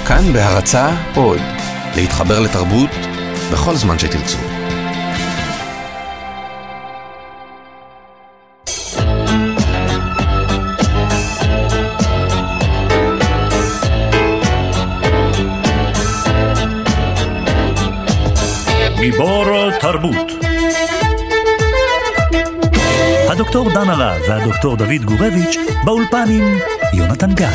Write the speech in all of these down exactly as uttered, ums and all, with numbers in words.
כאן בהרצאה עוד, להתחבר לתרבות בכל זמן שתרצו. גיבור תרבות. הדוקטור דן הרב והדוקטור דוד גורביץ' באולפן עם יונתן גת.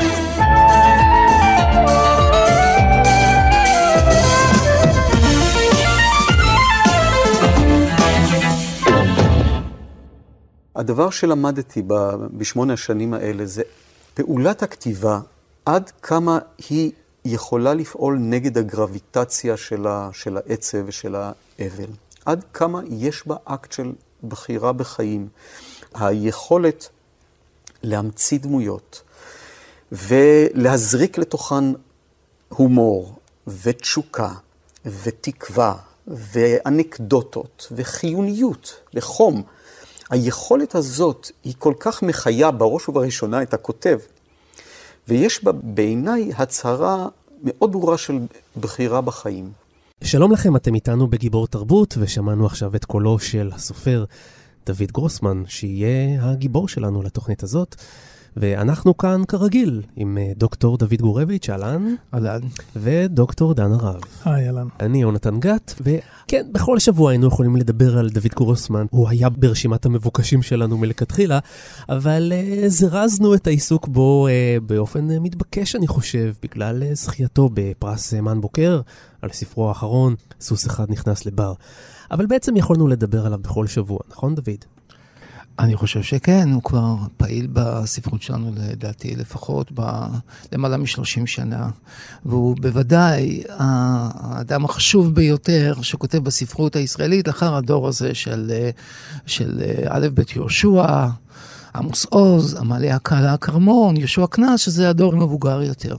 הדבר שלמדתי בשמונה השנים האלה זה פעולת הכתיבה, עד כמה היא יכולה לפעול נגד הגרביטציה של, ה, של העצב ושל האבל. עד כמה יש בה אקט של בחירה בחיים. היכולת להמציא דמויות ולהזריק לתוכן הומור ותשוקה ותקווה ואנקדוטות וחיוניות וחום. היכולת הזאת היא כל כך מחיה בראש ובראשונה את הכותב. ויש בה בעיניי הצהרה מאוד ברורה של בחירה בחיים. שלום לכם, אתם איתנו בגיבור תרבות, ושמענו עכשיו את קולו של הסופר דוד גרוסמן, שיהיה הגיבור שלנו לתוכנית הזאת. ואנחנו כאן כרגיל עם דוקטור דוד גורביץ', אהלן. אהלן. ודוקטור דן הרב. היי, אהלן. אני יונתן גת, וכן, בכל שבוע היינו יכולים לדבר על דוד גרוסמן. הוא היה ברשימת המבוקשים שלנו מלכתחילה, אבל uh, זרזנו את העיסוק בו uh, באופן uh, מתבקש, אני חושב, בגלל uh, זכייתו בפרס מן בוקר, על ספרו האחרון, סוס אחד נכנס לבר. אבל בעצם יכולנו לדבר עליו בכל שבוע, נכון דוד? אני חושב שכן, הוא כבר פעיל בספרות שלנו, לדעתי, לפחות למעלה משלושים שנה. והוא בוודאי האדם החשוב ביותר שכותב בספרות הישראלית, אחר הדור הזה של, של א' ב' יהושע, עמוס עוז, עמליה קלה כרמון, יהושע כנס, שזה הדור המבוגר יותר.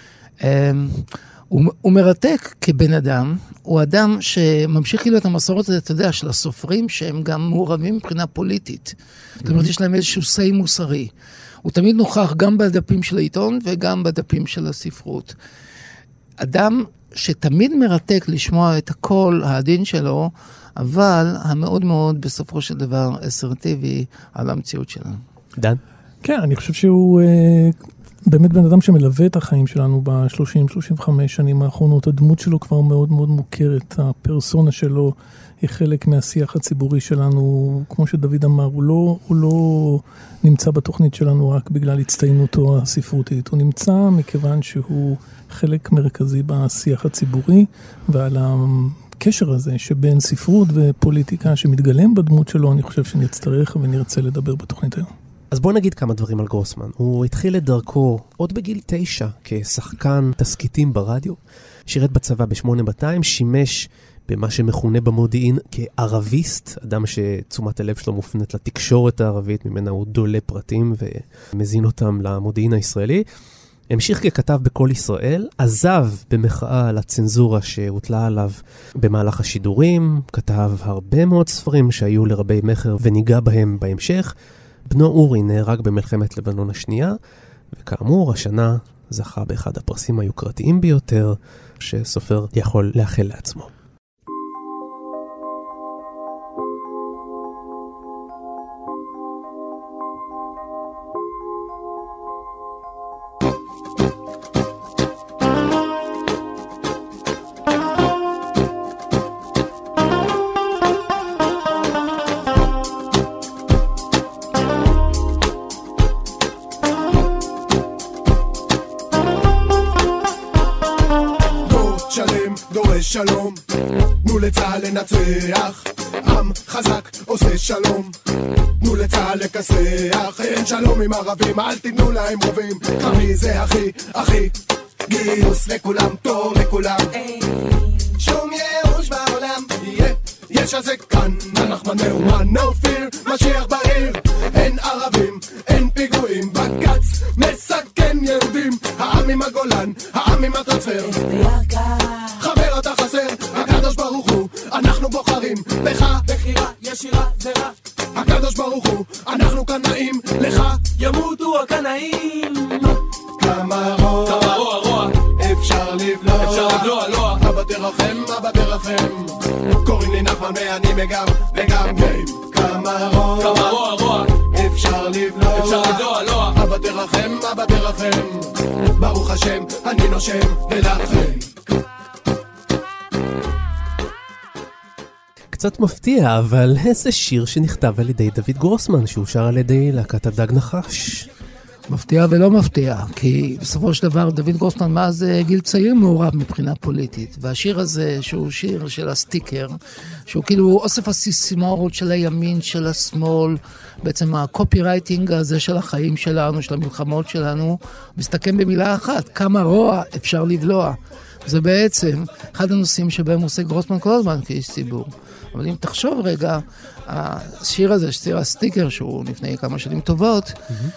הוא, הוא מרתק כבן אדם, הוא אדם שממשיך כאילו את המסורת הזאת, אתה יודע, של הסופרים שהם גם מעורבים מבחינה פוליטית. זאת אומרת, יש להם איזשהו סי מוסרי. הוא תמיד נוכח גם בדפים של העיתון וגם בדפים של הספרות. אדם שתמיד מרתק לשמוע את הקול העדין שלו, אבל המאוד מאוד בסופו של דבר אסרטיבי על המציאות שלנו. דן? כן, אני חושב שהוא... באמת בן אדם שמלווה את החיים שלנו ב-שלושים שלושים וחמש שנים האחרונות. הדמות שלו כבר מאוד מאוד מוכרת. הפרסונה שלו היא חלק מהשיח הציבורי שלנו. כמו שדוד אמר, הוא לא, הוא לא נמצא בתוכנית שלנו רק בגלל הצטיינותו הספרותית. הוא נמצא מכיוון שהוא חלק מרכזי בשיח הציבורי, ועל הקשר הזה שבין ספרות ופוליטיקה שמתגלם בדמות שלו, אני חושב שנצטרך ונרצה לדבר בתוכנית היום. אז בוא נגיד כמה דברים על גרוסמן. הוא התחיל את דרכו עוד בגיל תשע כשחקן תסקיטים ברדיו, שירת בצבא בשמונה מאתיים, שימש במה שמכונה במודיעין כערביסט, אדם שתשומת הלב שלו מופנית לתקשורת הערבית, ממנה הוא דולה פרטים ומזין אותם למודיעין הישראלי. המשיך ככתב בכל ישראל, עזב במחאה על הצנזורה שהוטלה עליו במהלך השידורים, כתב הרבה מאוד ספרים שהיו לרבי מחר וניגע בהם בהמשך. בנו אורי נהרג במלחמת לבנון השנייה, וכאמור השנה זכה באחד הפרסים היוקרתיים ביותר שסופר יכול לאחל לעצמו. שלום, תנו לצהל לנצח, עם חזק עושה שלום, תנו לצהל לכסח, אין שלום עם ערבים, אל תיתנו להם רובים, קרבי זה הכי, הכי, גיוס לכולם, תור לכולם, שום ייאוש בעולם, יהיה, יש הזה כאן, הנחמן מאומן, no fear, משיח בעיר, אין ערבים, אין פיגועים, בקץ, מסכן יהודים, העם עם הגולן, העם עם הטרנספר, חבר אתה חסר, הקדוש ברוך הוא, אנחנו בוחרים לך, בחירה ישירה זה רע, הקדוש ברוך הוא, אנחנו קנאים לך, ימותו הקנאים, כמה רוע, כמה רוע, רוע, אפשר לי תרחם, אבא תרחם. קוראים לי נחמן ואני מגם, וגם גיים. כמה רוע, כמה רוע, רוע. אפשר לבלוע, אפשר לבלוע, לא. אבא תרחם, אבא תרחם. ברוך השם, אני נושם, ולכם. קצת מפתיע, אבל איזה שיר שנכתב על ידי דוד גרוסמן, שהוא שר על ידי להקת הדג נחש. מפתיע ולא מפתיע, כי בסופו של דבר דוד גרוסמן מאז גיל צעיר מעורב מבחינה פוליטית, והשיר הזה שהוא שיר של הסטיקר, שהוא כאילו אוסף הסיסמאות של הימין, של השמאל, בעצם הקופי רייטינג הזה של החיים שלנו, של המלחמות שלנו, מסתכם במילה אחת, כמה רוע אפשר לבלוע. זה בעצם אחד הנושאים שבהם עושה גרוסמן כל הזמן כאיש ציבור. אבל אם תחשוב רגע, השיר הזה, שיר הסטיקר, שהוא לפני כמה שנים טובות,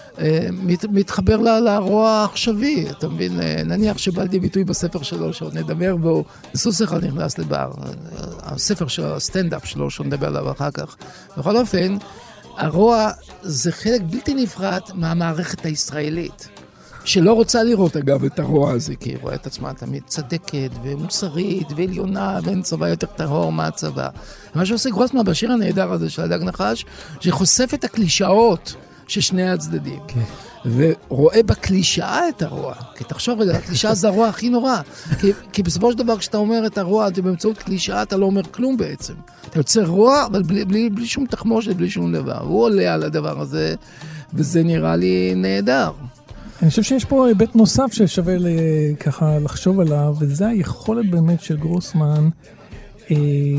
מת, מתחבר לה, לרוע העכשווי. אתה מבין, נניח שבלתי ביטוי בספר שלו, שעוד נדבר בו, סוס אחד נכנס לבר, הספר של הסטנדאפ שלו, שעוד נדבר עליו אחר כך. בכל אופן, הרוע זה חלק בלתי נפרד מהמערכת הישראלית. שלא רוצה לראות אגב את הרוע הזה, כי היא רואה את עצמה תמיד צדקת ומוסרית ועליונה, ואין צבא יותר טהור מהצבא. מה שעושה גרוסמן בשיר הנהדר הזה של הדג נחש, שחושף את הקלישאות של שני הצדדים. Okay. ורואה בקלישאה את הרוע. כי תחשוב רגע, הקלישאה זה הרוע הכי נורא. כי, כי בסופו של דבר כשאתה אומר את הרוע, אתה באמצעות קלישאה, אתה לא אומר כלום בעצם. אתה יוצר רוע, אבל בלי, בלי, בלי שום תחמושת, בלי שום דבר. הוא עולה על הדבר הזה, וזה נראה לי נהדר. אני חושב שיש פה היבט נוסף ששווה ככה לחשוב עליו, וזה היכולת באמת של גרוסמן אה,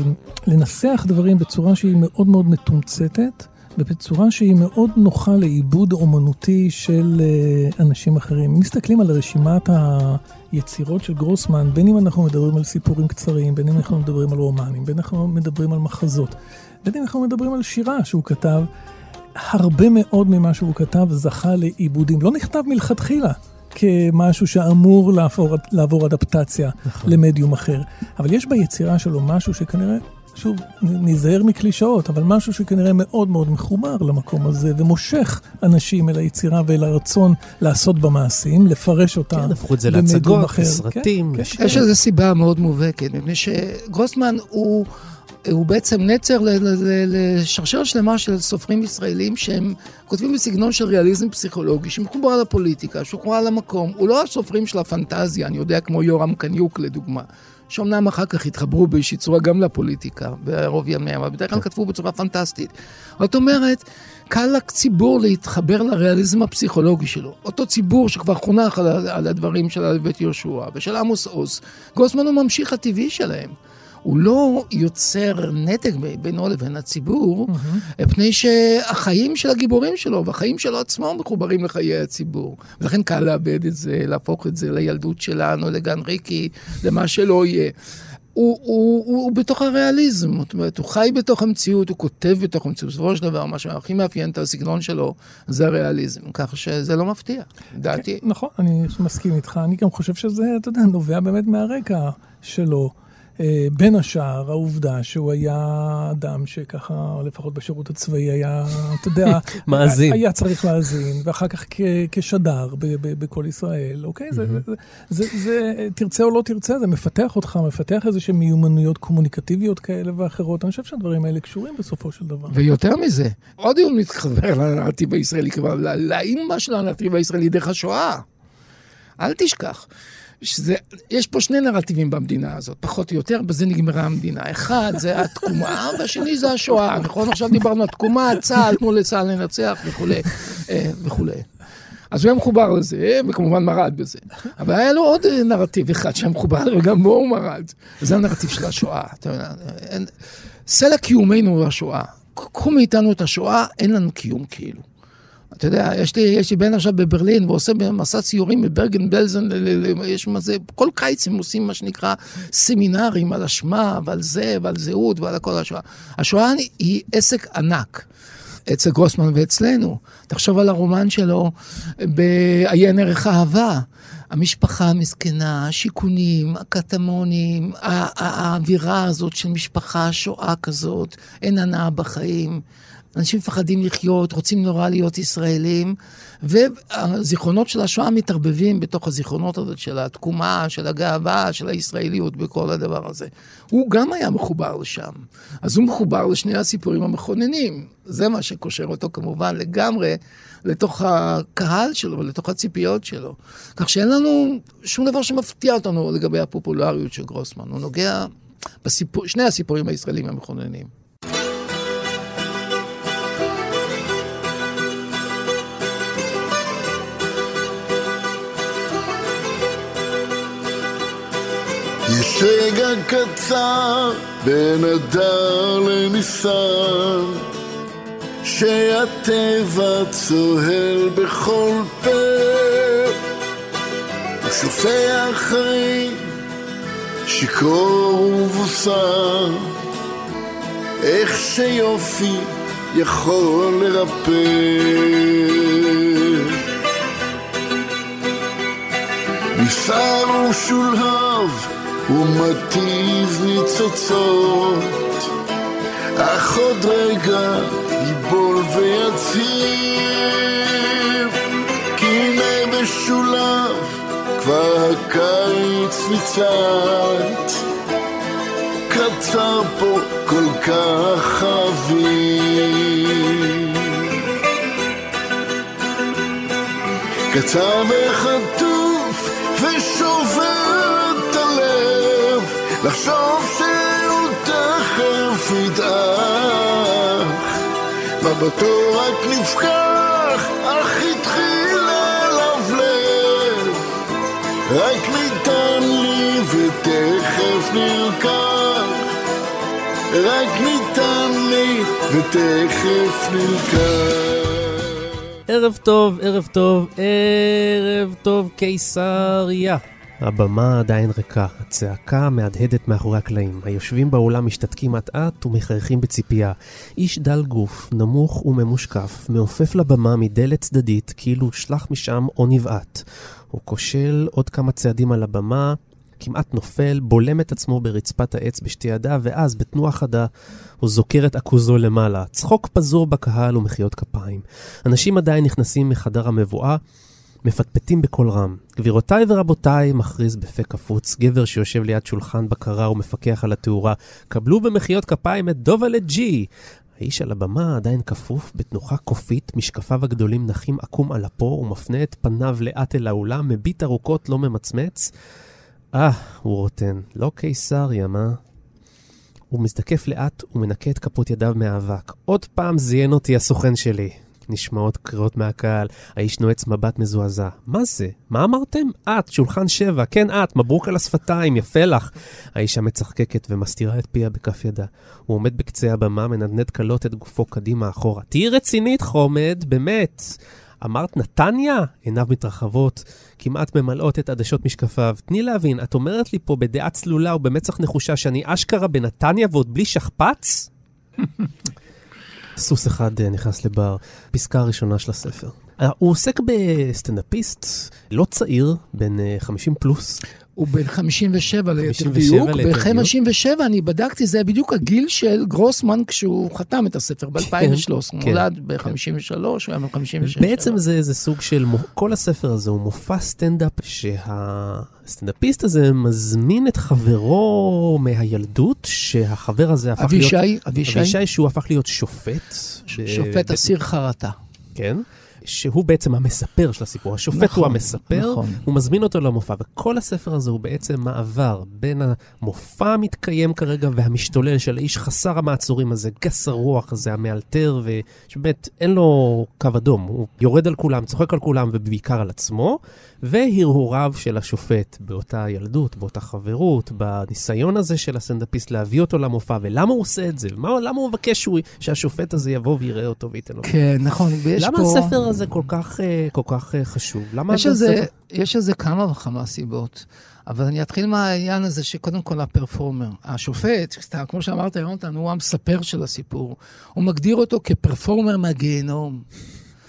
לנסח דברים בצורה שהיא מאוד מאוד מתומצתת, ובצורה שהיא מאוד נוחה לעיבוד אומנותי של אה, אנשים אחרים. מסתכלים על רשימת היצירות של גרוסמן, בין אם אנחנו מדברים על סיפורים קצרים, בין אם אנחנו מדברים על רומנים, בין אם אנחנו מדברים על מחזות, בין אם אנחנו מדברים על שירה שהוא כתב, הרבה מאוד ממה שהוא כתב זכה לעיבודים. לא נכתב מלכתחילה כמשהו שאמור לעבור, לעבור אדפטציה נכון. למדיום אחר. אבל יש ביצירה שלו משהו שכנראה, שוב, נזהר מקלישאות, אבל משהו שכנראה מאוד מאוד מחובר למקום הזה, ומושך אנשים אל היצירה ואל הרצון לעשות במעשים, לפרש אותה כן, הפכו את זה להצגות, לסרטים. כן, כן. יש איזו סיבה מאוד מובהקת, מפני שגרוסמן הוא... הוא בעצם נצר לשרשרת שלמה של סופרים ישראלים שהם כותבים בסגנון של ריאליזם פסיכולוגי, שמחובר לפוליטיקה, שמחובר למקום. הוא לא הסופרים של הפנטזיה, אני יודע, כמו יורם קניוק לדוגמה, שאומנם אחר כך התחברו באיזושהי צורה גם לפוליטיקה, ברוב ימיהם, אבל בדרך כלל כתבו בצורה פנטסטית. זאת אומרת, קל לציבור להתחבר לריאליזם הפסיכולוגי שלו. אותו ציבור שכבר חונך על, על הדברים של בית יהושע ושל עמוס עוז. גרוסמן הוא ממשיך הטבעי שלהם. הוא לא יוצר נתק בינו לבין הציבור, mm-hmm. פני שהחיים של הגיבורים שלו והחיים שלו עצמו מחוברים לחיי הציבור. ולכן קל לאבד את זה, להפוך את זה לילדות שלנו, לגן ריקי, למה שלא יהיה. הוא, הוא, הוא, הוא בתוך הריאליזם, זאת אומרת, הוא חי בתוך המציאות, הוא כותב בתוך המציאות. בסופו של דבר, מה שהכי מאפיין את הסגנון שלו, זה הריאליזם. כך שזה לא מפתיע, דעתי. כן, נכון, אני מסכים איתך. אני גם חושב שזה, אתה יודע, נובע באמת מהרקע שלו. בין השאר, העובדה שהוא היה אדם שככה, לפחות בשירות הצבאי, היה, אתה יודע, מאזין. היה צריך להאזין, ואחר כך כשדר בכל ישראל, אוקיי? זה, זה, זה, זה, תרצה או לא תרצה, זה מפתח אותך, מפתח איזושהי מיומנויות קומוניקטיביות כאלה ואחרות. אני חושב שהדברים האלה קשורים בסופו של דבר. ויותר מזה, עוד יום מתחבר לנרטיב הישראלי, כבר לאמא של הנרטיב הישראלי דרך השואה. אל תשכח. שזה, יש פה שני נרטיבים במדינה הזאת, פחות או יותר, בזה נגמרה המדינה. אחד זה התקומה, והשני זה השואה. נכון, עכשיו דיברנו על תקומה, צה"ל, תנו לצה"ל לנצח וכו' וכו'. אז הוא היה מחובר לזה, וכמובן מרד בזה. אבל היה לו עוד נרטיב אחד שהיה מחובר, וגם בו הוא מרד. וזה הנרטיב של השואה. סלע קיומנו הוא השואה. קחו מאיתנו את השואה, אין לנו קיום כאילו. אתה יודע, יש לי, יש לי בן עכשיו בברלין, ועושה במסע ציורים בברגן בלזן, יש מה זה, כל קיץ הם עושים מה שנקרא סמינרים על השמה, ועל זה, ועל זהות, ועל כל השואה. השואה היא עסק ענק, אצל גרוסמן ואצלנו. תחשוב על הרומן שלו, בעיין ערך אהבה. המשפחה המסכנה, השיקונים, הקטמונים, האווירה הזאת של משפחה שואה כזאת, אין הנאה בחיים. אנשים מפחדים לחיות, רוצים נורא להיות ישראלים, והזיכרונות של השואה מתערבבים בתוך הזיכרונות הזאת של התקומה, של הגאווה, של הישראליות, בכל הדבר הזה. הוא גם היה מחובר לשם. אז הוא מחובר לשני הסיפורים המכוננים. זה מה שקושר אותו כמובן לגמרי לתוך הקהל שלו ולתוך הציפיות שלו. כך שאין לנו שום דבר שמפתיע אותנו לגבי הפופולריות של גרוסמן. הוא נוגע בסיפור, שני הסיפורים הישראלים המכוננים. יש רגע קצר בין אדר לניסן, שהטבע צוהל בכל פה, הוא שופע חיים, שיקור ובוסר, איך שיופי יכול לרפא. ניסר ושולהב ומתיז ניצוצות, אך עוד רגע ייבול ויציב, כי הנה בשולב כבר הקיץ ניצת, קצר פה כל כך אביב, קצר וחטוף ושובר את הלב, לחשוב שהוא תכף ידעך, מבטו רק נפקח, אך התחיל ללבלב, רק ניתן לי ותכף נלקח, רק ניתן לי ותכף נלקח. ערב טוב, ערב טוב, ערב טוב, קיסריה. הבמה עדיין ריקה, הצעקה מהדהדת מאחורי הקלעים. היושבים באולם משתתקים מעט ומחייכים בציפייה. איש דל גוף, נמוך וממושקף, מעופף לבמה מדלת צדדית, כאילו שלח משם או נבעט. הוא כושל עוד כמה צעדים על הבמה, כמעט נופל, בולם את עצמו ברצפת העץ בשתי ידיו, ואז בתנועה חדה הוא זוכר את עכוזו למעלה. צחוק פזור בקהל ומחיות כפיים. אנשים עדיין נכנסים מחדר המבואה, מפטפטים בכל רם. גבירותיי ורבותיי, מכריז בפה קפוץ, גבר שיושב ליד שולחן בקרה ומפקח על התאורה, קבלו במחיות כפיים את דובלה ג'י. האיש על הבמה עדיין כפוף, בתנוחה קופית, משקפיו הגדולים נחים עקום על אפו, ומפנה את פניו לאט אל האולם, מביט ארוכות לא ממצמץ. אה, הוא רוטן, לא קיסריה, מה? הוא מזדקף לאט ומנקה את כפות ידיו מהאבק. עוד פעם זיין אותי הסוכן שלי. נשמעות קריאות מהקהל, האיש נועץ מבט מזועזע. מה זה? מה אמרתם? את, שולחן שבע, כן את, מברוק על השפתיים, יפה לך. האישה מצחקקת ומסתירה את פיה בכף ידה. הוא עומד בקצה הבמה, מנדנד קלות את גופו קדימה אחורה. תהי רצינית חומד, באמת. אמרת נתניה? עיניו מתרחבות, כמעט ממלאות את עדשות משקפיו. תני להבין, את אומרת לי פה בדעה צלולה ובמצח נחושה שאני אשכרה בנתניה ועוד בלי שכפץ? סוס אחד נכנס לבר, פסקה הראשונה של הספר. הוא עוסק בסטנדאפיסט, לא צעיר, בין חמישים פלוס. הוא בין חמישים ושבע ליתר דיוק. ב-חמישים ושבע אני בדקתי, זה בדיוק הגיל של גרוסמן כשהוא חתם את הספר ב-אלפיים ושלוש עשרה. הוא נולד ב-חמישים ושלוש, הוא היה ב-חמישים ושש. בעצם זה סוג של, כל הספר הזה הוא מופע סטנדאפ, שהסטנדאפיסט הזה מזמין את חברו מהילדות, שהחבר הזה הפך להיות... אבישי, אבישי. אבישי שהוא הפך להיות שופט. שופט אסיר חרטה. כן. שהוא בעצם המספר של הסיפור. השופט נכון, הוא המספר, נכון. הוא מזמין אותו למופע, וכל הספר הזה הוא בעצם מעבר בין המופע המתקיים כרגע והמשתולל של האיש חסר המעצורים הזה, גס הרוח הזה, המאלתר, ושבאמת אין לו קו אדום, הוא יורד על כולם, צוחק על כולם ובעיקר על עצמו, והרהוריו של השופט באותה ילדות, באותה חברות, בניסיון הזה של הסטנדאפיסט להביא אותו למופע, ולמה הוא עושה את זה? ומה, למה הוא מבקש שהוא, שהשופט הזה יבוא ויראה אותו וייתן לו? כן, נכון. למה פה... הספר הזה כל כך, כל כך חשוב? למה יש איזה, ספר... יש איזה כמה וכמה סיבות, אבל אני אתחיל מהעניין הזה שקודם כל הפרפורמר, השופט, כמו שאמרת יונתן, הוא המספר של הסיפור, הוא מגדיר אותו כפרפורמר מהגיהנום.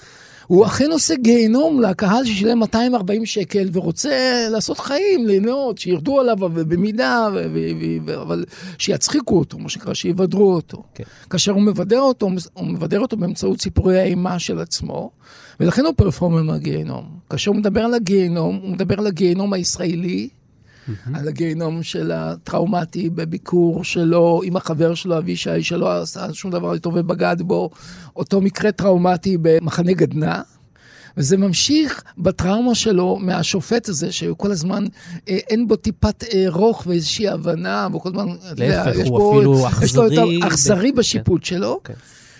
הוא אכן עושה גיהנום לקהל ששילם מאתיים וארבעים שקל, ורוצה לעשות חיים, ליהנות, שירדו עליו במידה, ו- ו- ו- אבל שיצחיקו אותו, מה שקרה, שיבדרו אותו. Okay. כאשר הוא מבדר אותו, הוא מבדר אותו באמצעות סיפורי האימה של עצמו, ולכן הוא פרפורמר מהגיהנום. כאשר הוא מדבר על הגיהנום, הוא מדבר על הגיהנום הישראלי, Mm-hmm. על הגיהנום של הטראומטי בביקור שלו עם החבר שלו אבישי שלא עשה שום דבר לטוב ובגד בו, אותו מקרה טראומטי במחנה גדנה, וזה ממשיך בטראומה שלו מהשופט הזה שכל הזמן אה, אין בו טיפת אה, רוח ואיזושהי הבנה, וכל הזמן להפך, יש הוא בו, אפילו אכזרי, יש לו את האכזרי ב... בשיפוט okay. שלו okay.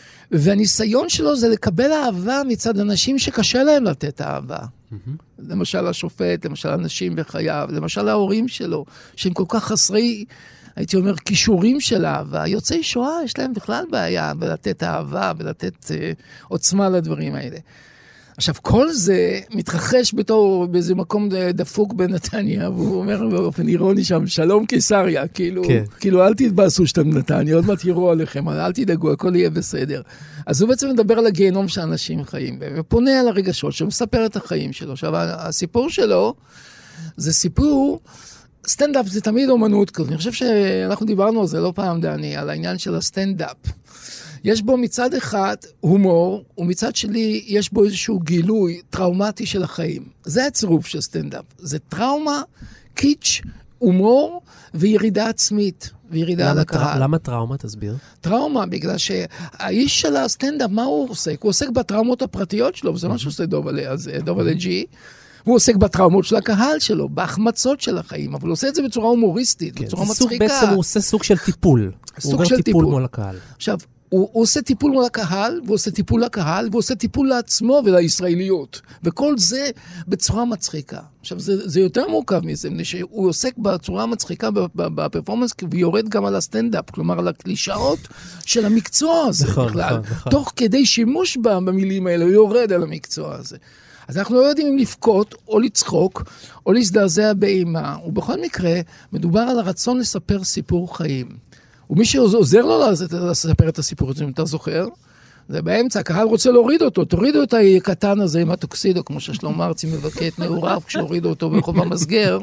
והניסיון שלו זה לקבל אהבה מצד אנשים שקשה להם לתת אהבה. Mm-hmm. למשל השופט, למשל אנשים בחייו, למשל ההורים שלו, שהם כל כך חסרי, הייתי אומר, כישורים של אהבה. יוצאי שואה יש להם בכלל בעיה בלתת אהבה, בלתת אה, עוצמה לדברים האלה. עכשיו, כל זה מתרחש בתור, באיזה מקום דפוק בנתניה, והוא אומר באופן אירוני שם, שלום קיסריה, כאילו, כן. כאילו אל תתבאסו שאתם בנתניה, עוד מעט יראו עליכם, אל תדאגו, הכל יהיה בסדר. אז הוא בעצם מדבר על הגיהנום שאנשים חיים, ופונה על הרגשות, שמספר את החיים שלו. עכשיו, הסיפור שלו, זה סיפור, סטנדאפ זה תמיד אומנות כזאת. אני חושב שאנחנו דיברנו על זה לא פעם, דני, על העניין של הסטנדאפ. יש בו מצד אחד הומור, ומצד שלי יש בו איזשהו גילוי טראומטי של החיים. זה הצירוף של סטנדאפ. זה טראומה, קיץ', הומור וירידה עצמית, וירידה על הקהל. למה טראומה? תסביר. טראומה, בגלל שהאיש של הסטנדאפ, מה הוא עוסק? הוא עוסק בטראומות הפרטיות שלו, וזה מה שעושה דובלה ג'י. הוא עוסק בטראומות של הקהל שלו, בהחמצות של החיים, אבל הוא עושה את זה בצורה הומוריסטית, בצורה מצחיקה. בעצם הוא עושה סוג של טיפול. הוא עובר טיפול מול הקהל. עכשיו, הוא עושה טיפול מול הקהל, והוא עושה טיפול לקהל, והוא עושה טיפול לעצמו ולישראליות. וכל זה בצורה מצחיקה. עכשיו, זה, זה יותר מורכב מזה, שהוא עוסק בצורה מצחיקה בפרפורמנס, ויורד גם על הסטנדאפ, כלומר, על הקלישאות של המקצוע הזה בכלל. תוך כדי שימוש במילים האלה, הוא יורד על המקצוע הזה. אז אנחנו לא יודעים אם לפקוט, או לצחוק, או להזדעזע באימה. ובכל מקרה, מדובר על הרצון לספר סיפור חיים. ומי שעוזר לו לספר את הסיפור הזה, אם אתה זוכר, זה באמצע, הקהל רוצה להוריד אותו, תורידו את הקטן הזה עם הטוקסידו, כמו ששלום ארצי מבקר את נעוריו, כשהורידו אותו ברחוב המסגר.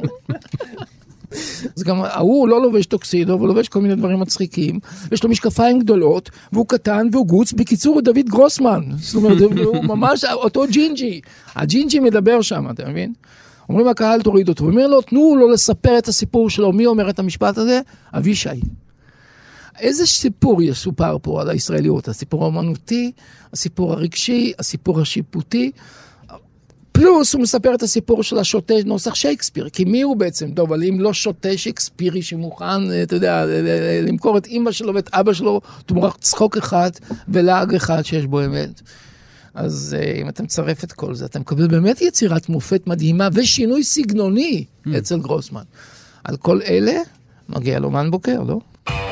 אז גם, הוא לא לובש טוקסידו, הוא לובש כל מיני דברים מצחיקים, יש לו משקפיים גדולות, והוא קטן והוא גוץ, בקיצור הוא דוד גרוסמן, זאת אומרת, הוא ממש אותו ג'ינג'י, הג'ינג'י מדבר שם, אתה מבין? אומרים הקהל תוריד אותו, ואומר לו, תנו לו לספר את הסיפור שלו, מי אומר את המשפט הזה? אבישי. איזה סיפור יסופר פה על הישראליות? הסיפור האמנותי, הסיפור הרגשי, הסיפור השיפוטי, פלוס הוא מספר את הסיפור של השוטה נוסח שייקספיר, כי מי הוא בעצם? טוב, אבל אם לא שוטה שייקספירי שמוכן, אתה יודע, למכור את אמא שלו ואת אבא שלו, תמורת צחוק אחד ולעג אחד שיש בו אמת. אז אם אתה מצרף את כל זה, אתה מקבל באמת יצירת מופת מדהימה ושינוי סגנוני אצל גרוסמן. על כל אלה מגיע לו מן בוקר, לא?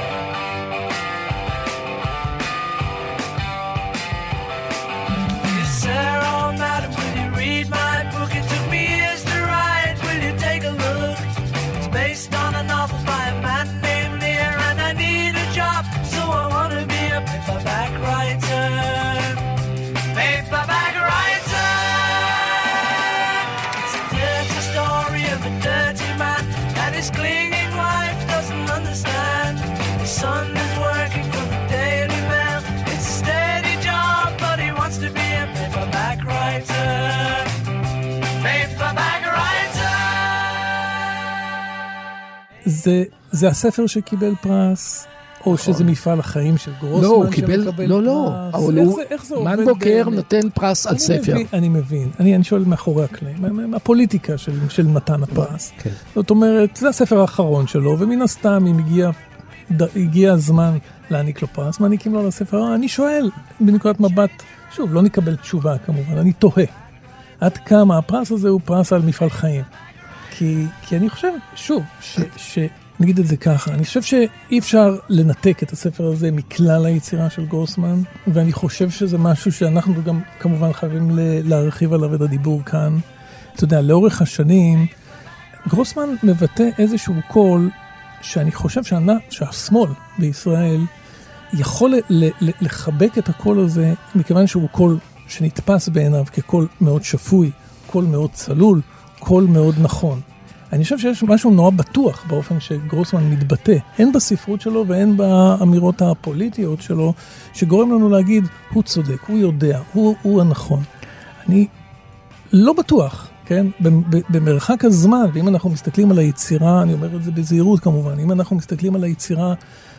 זה, זה הספר שקיבל פרס, או שזה מפעל החיים של גרוסמן? לא, הוא קיבל, לא, לא. מן בוקר נותן פרס על ספר. אני מבין, אני שואל מאחורי הקלעים, הפוליטיקה של מתן הפרס. זאת אומרת, זה הספר האחרון שלו, ומן הסתם אם הגיע הזמן להעניק לו פרס, מעניקים לו לספר, אני שואל, בנקודת מבט, שוב, לא נקבל תשובה כמובן, אני תוהה. עד כמה הפרס הזה הוא פרס על מפעל חיים? כי, כי אני חושב, שוב, ש, ש, נגיד את זה ככה, אני חושב שאי אפשר לנתק את הספר הזה מכלל היצירה של גרוסמן, ואני חושב שזה משהו שאנחנו גם כמובן חייבים להרחיב עליו את הדיבור כאן. אתה יודע, לאורך השנים, גרוסמן מבטא איזשהו קול, שאני חושב שענה, שהשמאל בישראל יכול ל, ל, לחבק את הקול הזה, מכיוון שהוא קול שנתפס בעיניו כקול מאוד שפוי, קול מאוד צלול, קול מאוד נכון. אני חושב שיש משהו נורא בטוח באופן שגרוסמן מתבטא, הן בספרות שלו והן באמירות הפוליטיות שלו, שגורם לנו להגיד, הוא צודק, הוא יודע, הוא, הוא הנכון. אני לא בטוח, כן? במרחק הזמן, ואם אנחנו מסתכלים על היצירה, אני אומר את זה בזהירות כמובן, אם אנחנו מסתכלים על היצירה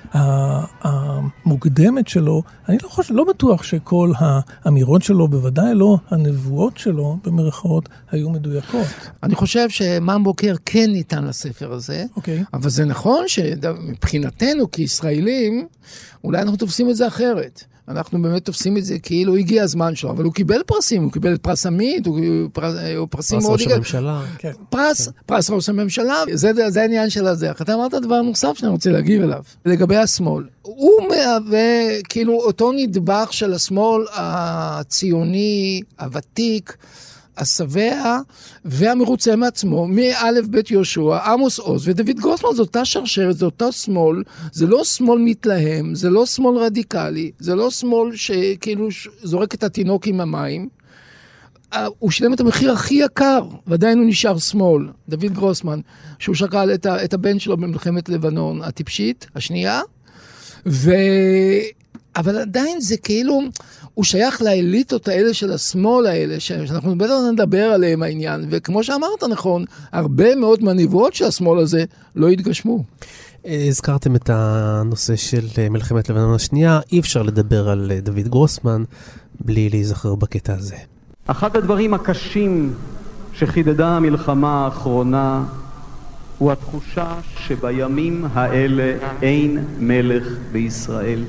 המוקדמת שלו, אני לא חושב, לא בטוח שכל האמירות שלו, בוודאי לא הנבואות שלו, במרכאות, היו מדויקות. אני חושב שמאן בוקר כן ניתן לספר הזה, אוקיי. אבל זה נכון שמבחינתנו כישראלים, אולי אנחנו תופסים את זה אחרת. אנחנו באמת תופסים את זה כאילו הגיע הזמן שלו, אבל הוא קיבל פרסים, הוא קיבל פרס עמית, הוא, פרס, הוא פרסים מאוד... פרס ראש הממשלה. כן. פרס, כן. פרס ראש הממשלה, זה, זה העניין של הזה. אתה אמרת דבר נוסף שאני רוצה להגיב אליו, לגבי השמאל. הוא מהווה כאילו אותו נדבך של השמאל הציוני, הוותיק, השבע והמרוצה מעצמו, מאלף בית יהושע, עמוס עוז ודוד גרוסמן, זו אותה שרשרת, זו אותה שמאל, זה לא שמאל מתלהם, זה לא שמאל רדיקלי, זה לא שמאל שכאילו זורק את התינוק עם המים, הוא שילם את המחיר הכי יקר, ועדיין הוא נשאר שמאל, דוד גרוסמן, שהוא שקל את, ה, את הבן שלו במלחמת לבנון הטיפשית, השנייה, ו... אבל עדיין זה כאילו... הוא שייך לאליטות האלה של השמאל האלה, שאנחנו בטח נדבר עליהם העניין, וכמו שאמרת נכון, הרבה מאוד מהנבואות של השמאל הזה לא התגשמו. הזכרתם את הנושא של מלחמת לבנון השנייה, אי אפשר לדבר על דוד גרוסמן בלי להיזכר בקטע הזה. אחד הדברים הקשים שחידדה המלחמה האחרונה, הוא התחושה שבימים האלה אין מלך בישראל.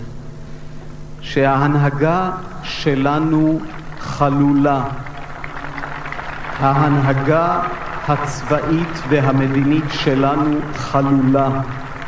שההנהגה שלנו חלולה. ההנהגה הצבאית והמדינית שלנו חלולה.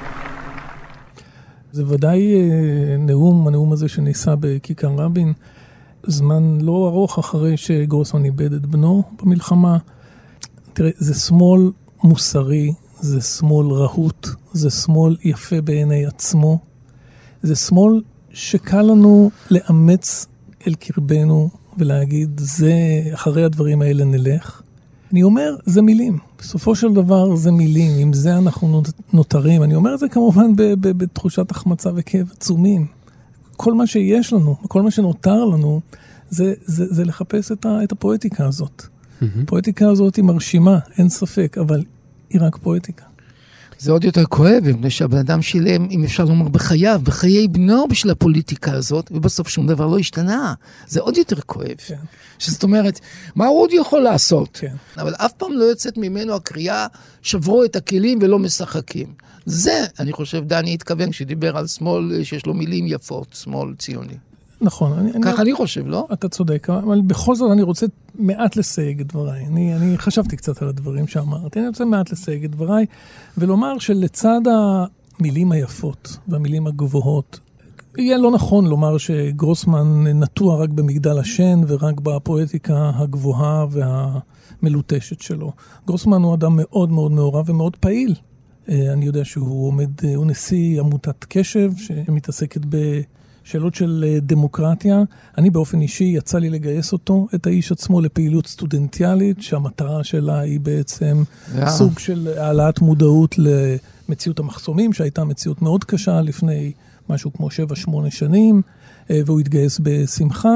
זה ודאי נאום, הנאום הזה שניסה בכיכר רבין, זמן לא ארוך אחרי שגרוסמן איבד את בנו במלחמה. תראה, זה שמאל מוסרי, זה שמאל רהוט, זה שמאל יפה בעיני עצמו, זה שמאל שקל לנו לאמץ אל קרבנו ולהגיד, זה, אחרי הדברים האלה נלך. אני אומר, זה מילים. בסופו של דבר זה מילים. עם זה אנחנו נותרים. אני אומר את זה כמובן ב- ב- בתחושת החמצה וכאב עצומים. כל מה שיש לנו, כל מה שנותר לנו, זה, זה, זה לחפש את, ה- את הפואטיקה הזאת. Mm-hmm. הפואטיקה הזאת היא מרשימה, אין ספק, אבל היא רק פואטיקה. זה עוד יותר כואב, מפני שהבן אדם שילם, אם אפשר לומר, בחייו, בחיי בנו בשביל הפוליטיקה הזאת, ובסוף שום דבר לא השתנה. זה עוד יותר כואב. כן. שזאת אומרת, מה הוא עוד יכול לעשות? כן. אבל אף פעם לא יוצאת ממנו הקריאה, שברו את הכלים ולא משחקים. זה, אני חושב, דני התכוון, כשדיבר על שמאל שיש לו מילים יפות, שמאל ציוני. נכון. אני, ככה אני, אני חושב, לא? אתה צודק, אבל בכל זאת אני רוצה מעט לסייג את דבריי. אני, אני חשבתי קצת על הדברים שאמרתי. אני רוצה מעט לסייג את דבריי, ולומר שלצד המילים היפות והמילים הגבוהות, יהיה לא נכון לומר שגרוסמן נטוע רק במגדל השן, ורק בפואטיקה הגבוהה והמלוטשת שלו. גרוסמן הוא אדם מאוד מאוד מעורב ומאוד פעיל. אני יודע שהוא עומד, הוא נשיא עמותת קשב, שמתעסקת ב... שאלות של דמוקרטיה. אני באופן אישי יצא לי לגייס אותו, את האיש עצמו, לפעילות סטודנטיאלית, שהמטרה שלה היא בעצם yeah. סוג של העלאת מודעות למציאות המחסומים, שהייתה מציאות מאוד קשה לפני משהו כמו שבע שמונה שנים, והוא התגייס בשמחה.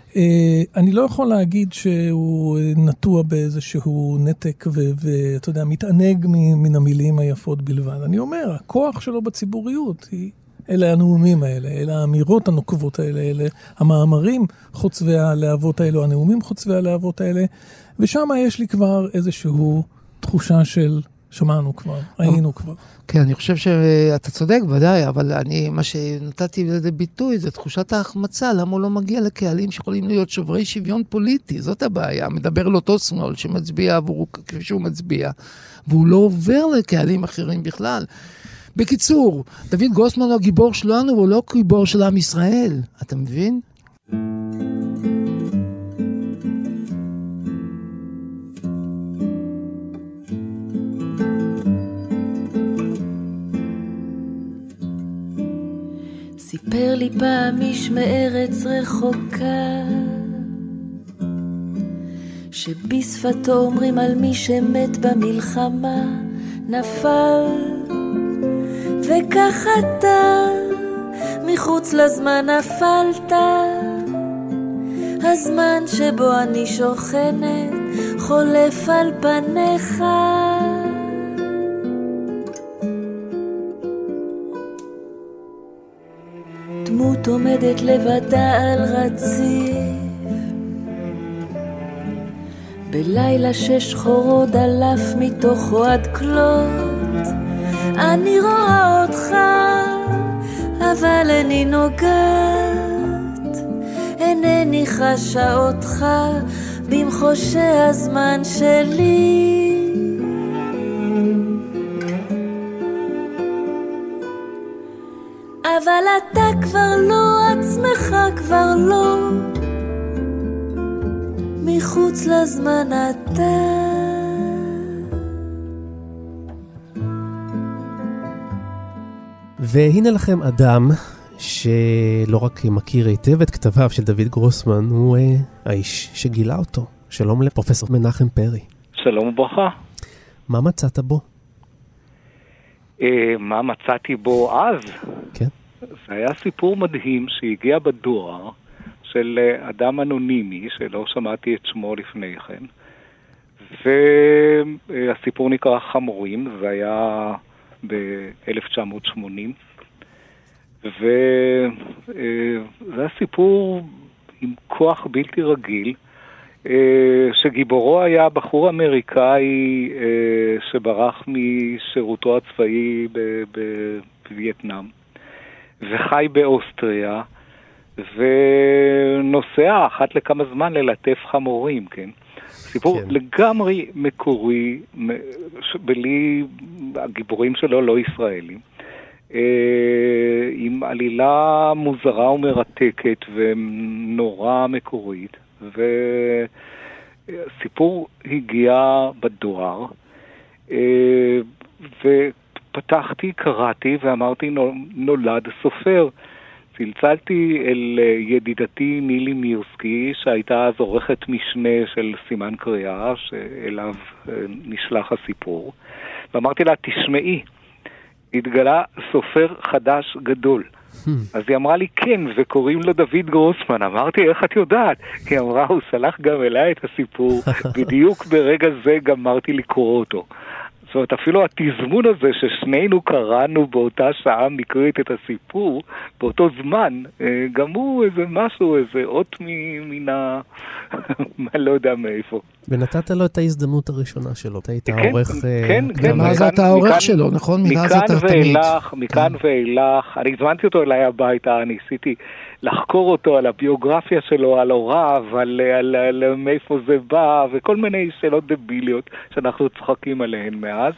אני לא יכול להגיד שהוא נטוע באיזשהו נתק ואתה יודע, מתענג מן המילים היפות בלבד. אני אומר, הכוח שלו בציבוריות היא אלה הנאומים האלה, אלה האמירות הנוקבות האלה, אלה המאמרים חוצבי הלהבות האלו, הנאומים חוצבי הלהבות האלה, ושם יש לי כבר איזשהו תחושה של שמענו כבר, היינו כבר. כן, אני חושב שאתה צודק, ודאי, אבל אני, מה שנתתי לזה ביטוי, זה תחושת ההחמצה, למה הוא לא מגיע לקהלים שיכולים להיות שוברי שוויון פוליטי, זאת הבעיה, מדבר לאותו שמאל שמצביע עבורו כפי שהוא מצביע, והוא לא עובר לקהלים אחרים בכלל. בקיצור, דוד גרוסמן הוא הגיבור שלנו, הוא לא גיבור של עם ישראל. אתה מבין? סיפר לי פעם איש מארץ רחוקה, שבשפתו אומרים על מי שמת במלחמה נפל, וכך אתה מחוץ לזמן נפלת, הזמן שבו אני שוכנת חולף על פניך. דמות עומדת לבדה על רציף, בלילה שש חורות דלף מתוכו עד כלות. אני רואה אותך אבל איני נוגעת, אינני חשה אותך במחושי הזמן שלי. אבל אתה כבר לא, עצמך כבר לא, מחוץ לזמן אתה. והנה לכם אדם שלא רק מכיר היטב את כתביו של דוד גרוסמן, הוא אה, האיש שגילה אותו. שלום לפרופסור מנחם פרי. שלום וברכה. מה מצאת בו? אה, מה מצאתי בו אז? כן. זה היה סיפור מדהים שהגיע בדואר של אדם אנונימי שלא שמעתי את שמו לפני כן. והסיפור נקרא חמורים, זה היה ב-אלף תשע מאות שמונים. וזה הסיפור עם כוח בלתי רגיל, שגיבורו היה בחור אמריקאי שברח משירותו הצבאי בווייטנאם, וחי באוסטריה, ונוסע אחת לכמה זמן ללטף חמורים, כן? סיפור כן. לגמרי מקורי, בלי, הגיבורים שלו לא ישראלים, עם עלילה מוזרה ומרתקת ונורא מקורית, וסיפור הגיע בדואר, ופתחתי, קראתי ואמרתי נולד סופר. צלצלתי אל ידידתי נילי מירסקי, שהייתה אז עורכת משנה של סימן קריאה, שאליו נשלח הסיפור, ואמרתי לה, תשמעי, התגלה סופר חדש גדול. אז היא אמרה לי, כן, וקוראים לו דוד גרוסמן. אמרתי, איך את יודעת? היא אמרה, הוא שלח גם אליי את הסיפור, בדיוק ברגע זה גמרתי לקרוא אותו. זאת אומרת, אפילו התזמון הזה ששנינו קראנו באותה שעה מקרית את הסיפור, באותו זמן, גם הוא איזה משהו, איזה אות מן ה... מה לא יודע מאיפה. ונתת לו את ההזדמנות הראשונה שלו, אתה היית העורך... כן, כן. גם אז אתה העורך שלו, נכון? מכאן ואילך, מכאן ואילך, אני הזמנתי אותו אליי הביתה, אני ניסיתי לחקור אותו על הביוגרפיה שלו, על הוריו, על, על, על, על מאיפה זה בא, וכל מיני שאלות דביליות שאנחנו צוחקים עליהן מאז.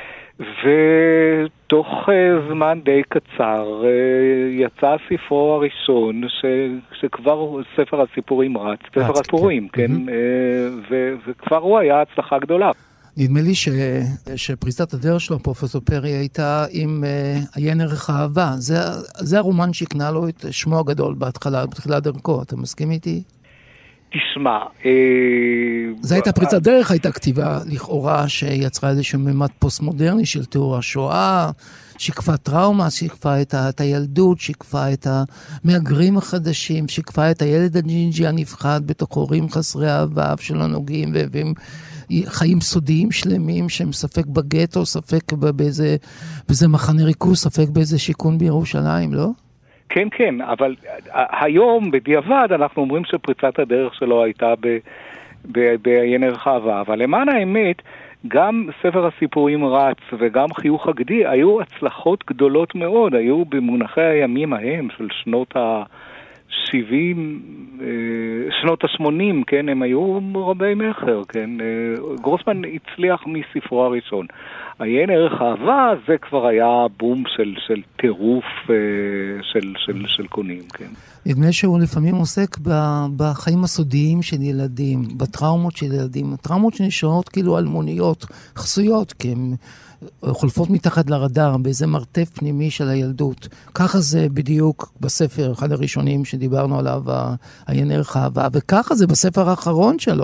ותוך זמן די קצר יצא ספרו הראשון, ש, שכבר ספר הסיפורים רץ, ספר הסיפורים, כן, ו, וכבר הוא היה הצלחה גדולה. נדמה לי ש... שפריצת הדרך שלו, פרופסור פרי, הייתה עם uh, עיין ערך האהבה. זה, זה הרומן שקנה לו את שמו הגדול בהתחלה, בתחילת דרכו. אתה מסכים איתי? תשמע... אה... זה הייתה פריצת דרך, הייתה כתיבה לכאורה שיצרה איזשהו ממד פוסט-מודרני של תיאור השואה, שיקפה טראומה, שיקפה את, ה... את הילדות, שיקפה את המהגרים החדשים, שיקפה את הילד הג'ינג'י הנפחד בתוך הורים חסרי אהבה שלא נוגעים והם... חיים סודיים שלמים שהם ספק בגטו, ספק באיזה, באיזה מחנה ריכוז, ספק באיזה שיקון בירושלים, לא? כן, כן, אבל היום בדיעבד אנחנו אומרים שפריצת הדרך שלו הייתה בעיין ערך האהבה, אבל למען האמת, גם ספר הסיפורים רץ וגם חיוך הגדי היו הצלחות גדולות מאוד, היו במונחי הימים ההם של שנות ה... שבעים, שנות ה-שמונים, כן, הם היו רבי מחר, כן, גרוסמן הצליח מספרו הראשון. עיין ערך אהבה, זה כבר היה בום של, של טירוף של, של, של קונים, כן. נדמה שהוא לפעמים עוסק בחיים הסודיים של ילדים, בטראומות של ילדים, טראומות שנשארות כאילו אלמוניות, חסויות, כי הן חולפות מתחת לרדאר, באיזה מרתף פנימי של הילדות. ככה זה בדיוק בספר, אחד הראשונים שדיברנו עליו, עיין ערך האהבה, וככה זה בספר האחרון שלו,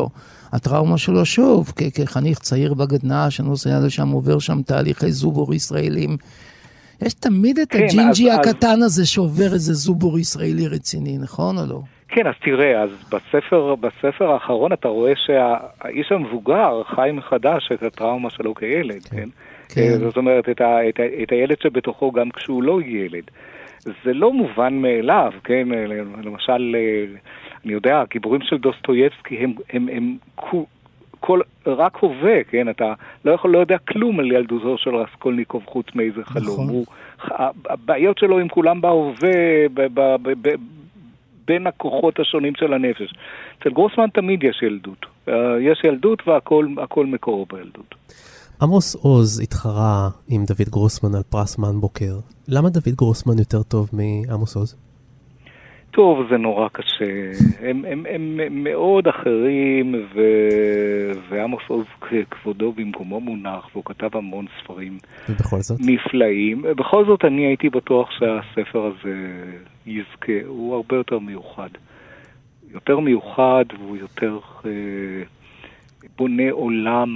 הטראומה שלו שוב, כחניך צעיר בגדנ"ע, שנוסע לשם, עובר שם תהליכי זובור ישראלים. יש תמיד את הג'ינג'י הקטן הזה שעובר איזה זובור ישראלי רציני, נכון או לא? כן, אז תראה, אז בספר, בספר האחרון אתה רואה שהאיש המבוגר חי מחדש את הטראומה שלו כילד, כן? כן. זאת אומרת, את, ה, את, ה, את הילד שבתוכו גם כשהוא לא ילד. זה לא מובן מאליו, כן? למשל, אני יודע, הגיבורים של דוסטויבסקי הם, הם, הם, הם כל, רק הווה, כן? אתה לא יכול, לא יודע כלום על ילדותו של רסקולניקוב חוץ מאיזה חלום. נכון. הוא, הבעיות שלו הם כולם בהווה, ב, ב, ב, ב, בין הכוחות השונים של הנפש. אצל גרוסמן תמיד יש ילדות. יש ילדות והכל הכל מקורו בילדות. עמוס עוז התחרה עם דוד גרוסמן על פרס מן בוקר. למה דוד גרוסמן יותר טוב מעמוס עוז? טוב, זה נורא קשה. הם, הם, הם מאוד אחרים, ו... ועמוס עוז כבודו במקומו מונח, והוא כתב המון ספרים ובכל זאת? נפלאים. בכל זאת אני הייתי בטוח שהספר הזה יזכה. הוא הרבה יותר מיוחד. יותר מיוחד, והוא יותר אה, בונה עולם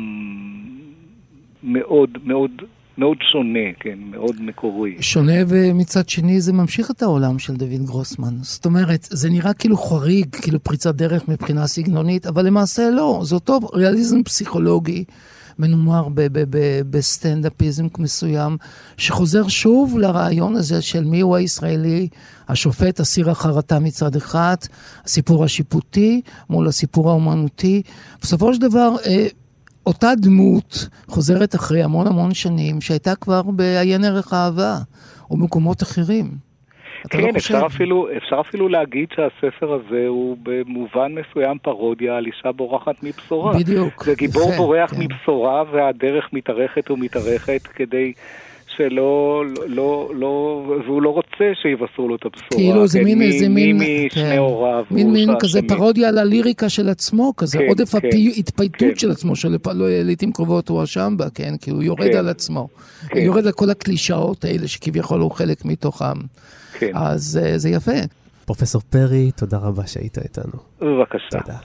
מאוד מאוד מאוד שונה, כן, מאוד מקורי. שונה, ומצד שני זה ממשיך את העולם של דוד גרוסמן. זאת אומרת, זה נראה כאילו חריג, כאילו פריצת דרך מבחינה סגנונית, אבל למעשה לא. זה אותו ריאליזם פסיכולוגי, מנומר בסטנדאפיזם מסוים, שחוזר שוב לרעיון הזה של מי הוא הישראלי, השופט, הסיר החרטה מצד אחד, הסיפור השיפוטי מול הסיפור האומנותי. בסופו של דבר, אותה דמות חוזרת אחרי המון המון שנים, שהייתה כבר בעיין ערך האהבה, או במקומות אחרים. כן, לא אפשר, אפילו, אפשר אפילו להגיד שהספר הזה הוא במובן מסוים פרודיה על אישה בורחת מבשורה. בדיוק. זה גיבור יפה, בורח כן. מבשורה, והדרך מתארכת ומתארכת כדי שלא, לא, לא, והוא לא רוצה שיבשרו לו את הבשורה. כאילו זה כן, מין, מי, זה מין, מי משני כן. הוריו. מין מין כזה שמי. פרודיה על הליריקה של עצמו, כזה כן, עודף כן, התפייטות כן. של עצמו, שלעיתים קרובות הוא אשם בה, כן? כי הוא יורד כן. על עצמו. כן. הוא יורד על כל הקלישאות האלה שכביכול הוא חלק מתוכם. כן. אז uh, זה יפה. פרופסור פרי, תודה רבה שהיית איתנו. בבקשה. תודה.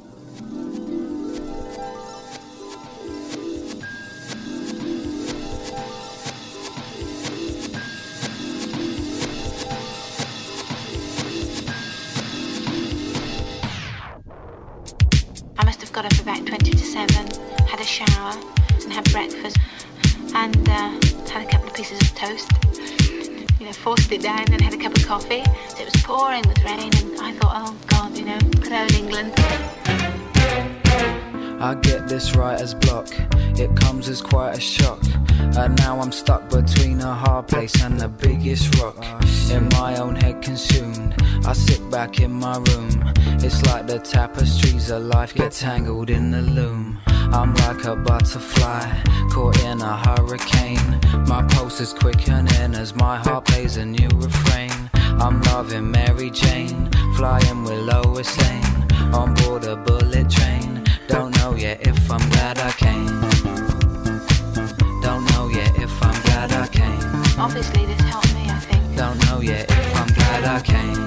I must have got up about twenty to seven, had a shower and had breakfast and uh, had a couple of pieces of toast. You know, forced it down and had a cup of coffee. So it was pouring with rain and I thought, oh God, you know, good old England. I get this writer's block, it comes as quite a shock. And now I'm stuck between a hard place and the biggest rock. In my own head consumed, I sit back in my room. It's like the tapestries of life get tangled in the loom. I'm like a butterfly, caught in a hurricane. My pulse is quickening as my heart plays a new refrain. I'm loving Mary Jane, flying with Lois Lane, on board a bullet train. Don't know yet if I'm glad I came. Don't know yet if I'm glad I came. Obviously this helped me, I think. Don't know yet if I'm glad I came.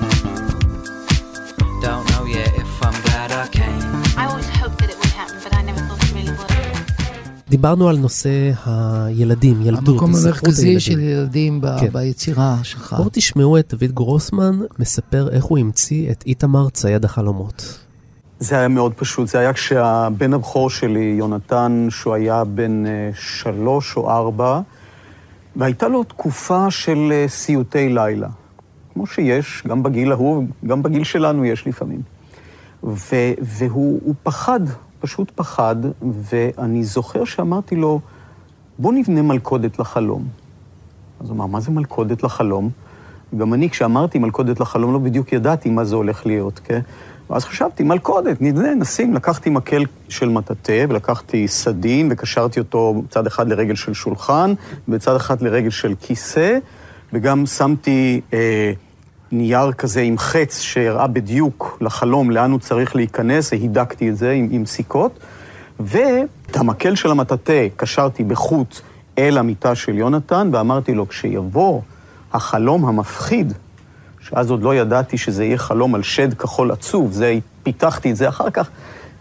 Don't know yet if I'm glad I came. I always hoped that it would happen, but I never thought it really would. דיברנו על נושא הילדים, ילדות, המקום המרכזי של ילדים ב- כן. ביצירה שלך. בואו תשמעו את דוד גרוסמן מספר איך הוא המציא את איתמר צייד החלומות. זה היה מאוד פשוט, זה היה כשהבן הבכור שלי, יונתן, שהוא היה בן שלוש או ארבע, והייתה לו תקופה של סיוטי לילה. כמו שיש, גם בגיל ההוא, גם בגיל שלנו יש לפעמים. ו- והוא הוא פחד, פשוט פחד, ואני זוכר שאמרתי לו, בוא נבנה מלכודת לחלום. אז הוא אמר, מה זה מלכודת לחלום? גם אני, כשאמרתי מלכודת לחלום, לא בדיוק ידעתי מה זה הולך להיות, כן? ואז חשבתי, מלכודת, נדמה, נשים, לקחתי מקל של מטאטא, ולקחתי סדין, וקשרתי אותו בצד אחד לרגל של שולחן, ובצד אחד לרגל של כיסא, וגם שמתי אה, נייר כזה עם חץ שהראה בדיוק לחלום לאן הוא צריך להיכנס, והידקתי את זה עם, עם סיכות, ואת המקל של המטאטא קשרתי בחוט אל המיטה של יונתן, ואמרתי לו, כשיבוא החלום המפחיד, שאז עוד לא ידעתי שזה יהיה חלום על שד כחול עצוב, זה, פיתחתי את זה אחר כך,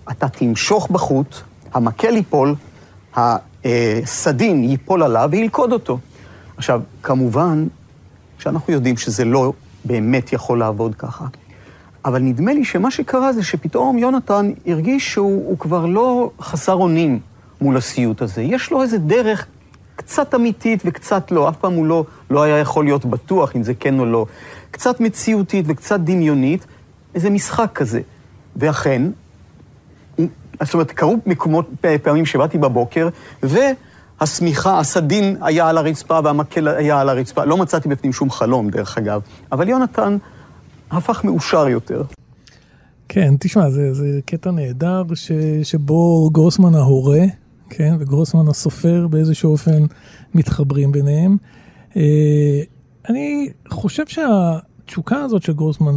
אתה תמשוך בחוט, המקל ייפול, הסדין ייפול עליו וילכוד אותו. עכשיו, כמובן שאנחנו יודעים שזה לא באמת יכול לעבוד ככה, אבל נדמה לי שמה שקרה זה שפתאום יונתן הרגיש שהוא כבר לא חסר אונים מול הסיוט הזה. יש לו איזה דרך קצת אמיתית וקצת לא, אף פעם הוא לא, לא היה יכול להיות בטוח אם זה כן או לא. קצת מציאותית וקצת דמיונית, איזה משחק כזה. ואכן, זאת אומרת, קרו מקומות פעמים שבאתי בבוקר, והסמיכה, הסדין היה על הרצפה והמקל היה על הרצפה. לא מצאתי בפנים שום חלום, דרך אגב. אבל יונתן הפך מאושר יותר. כן, תשמע, זה, זה קטע נהדר ש, שבו גרוסמן ההורה, כן, וגרוסמן הסופר באיזשהו אופן מתחברים ביניהם. אה, אני חושב שהתשוקה הזאת של גרוסמן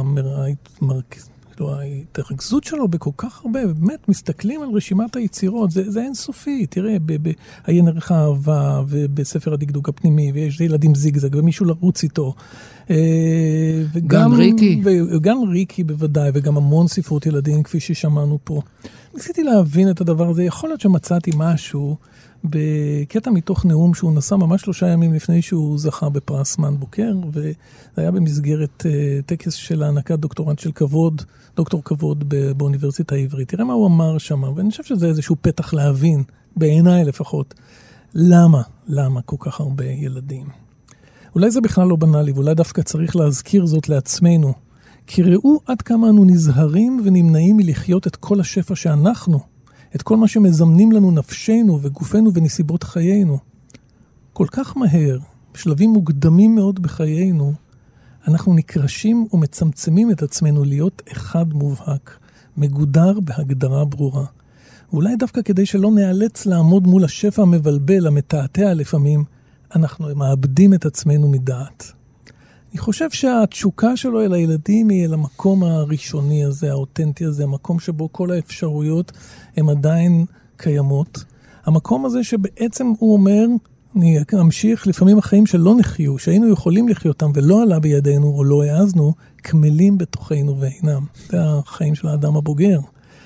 וההתרכזות שלו בכל כך הרבה, באמת מסתכלים על רשימת היצירות, זה, זה אינסופי. תראה, בעיין ערך האהבה ובספר הדקדוק הפנימי, ויש ילדים זיגזג ומישהו לרוץ איתו. וגם ריקי. וגם ריקי בוודאי, וגם המון ספרות ילדים כפי ששמענו פה. ניסיתי להבין את הדבר הזה, יכול להיות שמצאתי משהו בקטע מתוך נאום שהוא נשא ממש שלושה ימים לפני שהוא זכה בפרס מן בוקר, וזה היה במסגרת טקס של הענקת דוקטורנט של כבוד, דוקטור כבוד באוניברסיטה העברית. תראה מה הוא אמר שם, ואני חושב שזה איזשהו פתח להבין, בעיניי לפחות, למה, למה כל כך הרבה ילדים. אולי זה בכלל לא בנאלי, ואולי דווקא צריך להזכיר זאת לעצמנו, כי ראו עד כמה אנו נזהרים ונמנעים מלחיות את כל השפע שאנחנו, את כל מה שמזמנים לנו נפשנו וגופנו ונסיבות חיינו. כל כך מהר, בשלבים מוקדמים מאוד בחיינו, אנחנו נקרשים ומצמצמים את עצמנו להיות אחד מובהק, מגודר בהגדרה ברורה. ואולי דווקא כדי שלא נאלץ לעמוד מול השפע המבלבל, המתעתע לפעמים, אנחנו מאבדים את עצמנו מדעת. אני חושב שהתשוקה שלו אל הילדים היא אל המקום הראשוני הזה, האותנטי הזה, המקום שבו כל האפשרויות הן עדיין קיימות. המקום הזה שבעצם הוא אומר, אני אמשיך, לפעמים החיים שלא נחיו, שהיינו יכולים לחיותם ולא עלה בידינו או לא העזנו, כמלים בתוכנו ואינם. זה החיים של האדם הבוגר.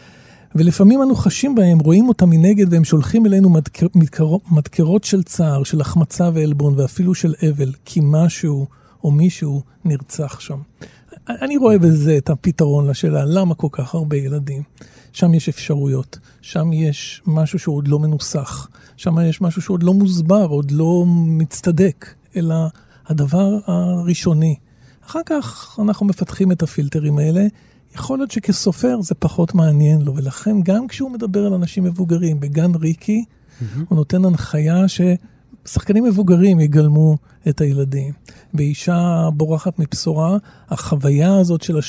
ולפעמים אנו חשים בהם, רואים אותם מנגד, והם שולחים אלינו מדקר, מדקר, מדקרות של צער, של החמצה ואלבון, ואפילו של אבל, כי משהו או מישהו נרצח שם. אני רואה בזה את הפתרון לשאלה, למה כל כך הרבה ילדים? שם יש אפשרויות, שם יש משהו שהוא עוד לא מנוסח, שם יש משהו שהוא עוד לא מוסבר, עוד לא מצטדק, אלא הדבר הראשוני. אחר כך אנחנו מפתחים את הפילטרים האלה, יכול להיות שכסופר זה פחות מעניין לו, ולכן גם כשהוא מדבר על אנשים מבוגרים, בגן ריקי, mm-hmm. הוא נותן הנחיה ששחקנים מבוגרים יגלמו את הילדים. באישה בורחת מבשורה, החוויה הזאת של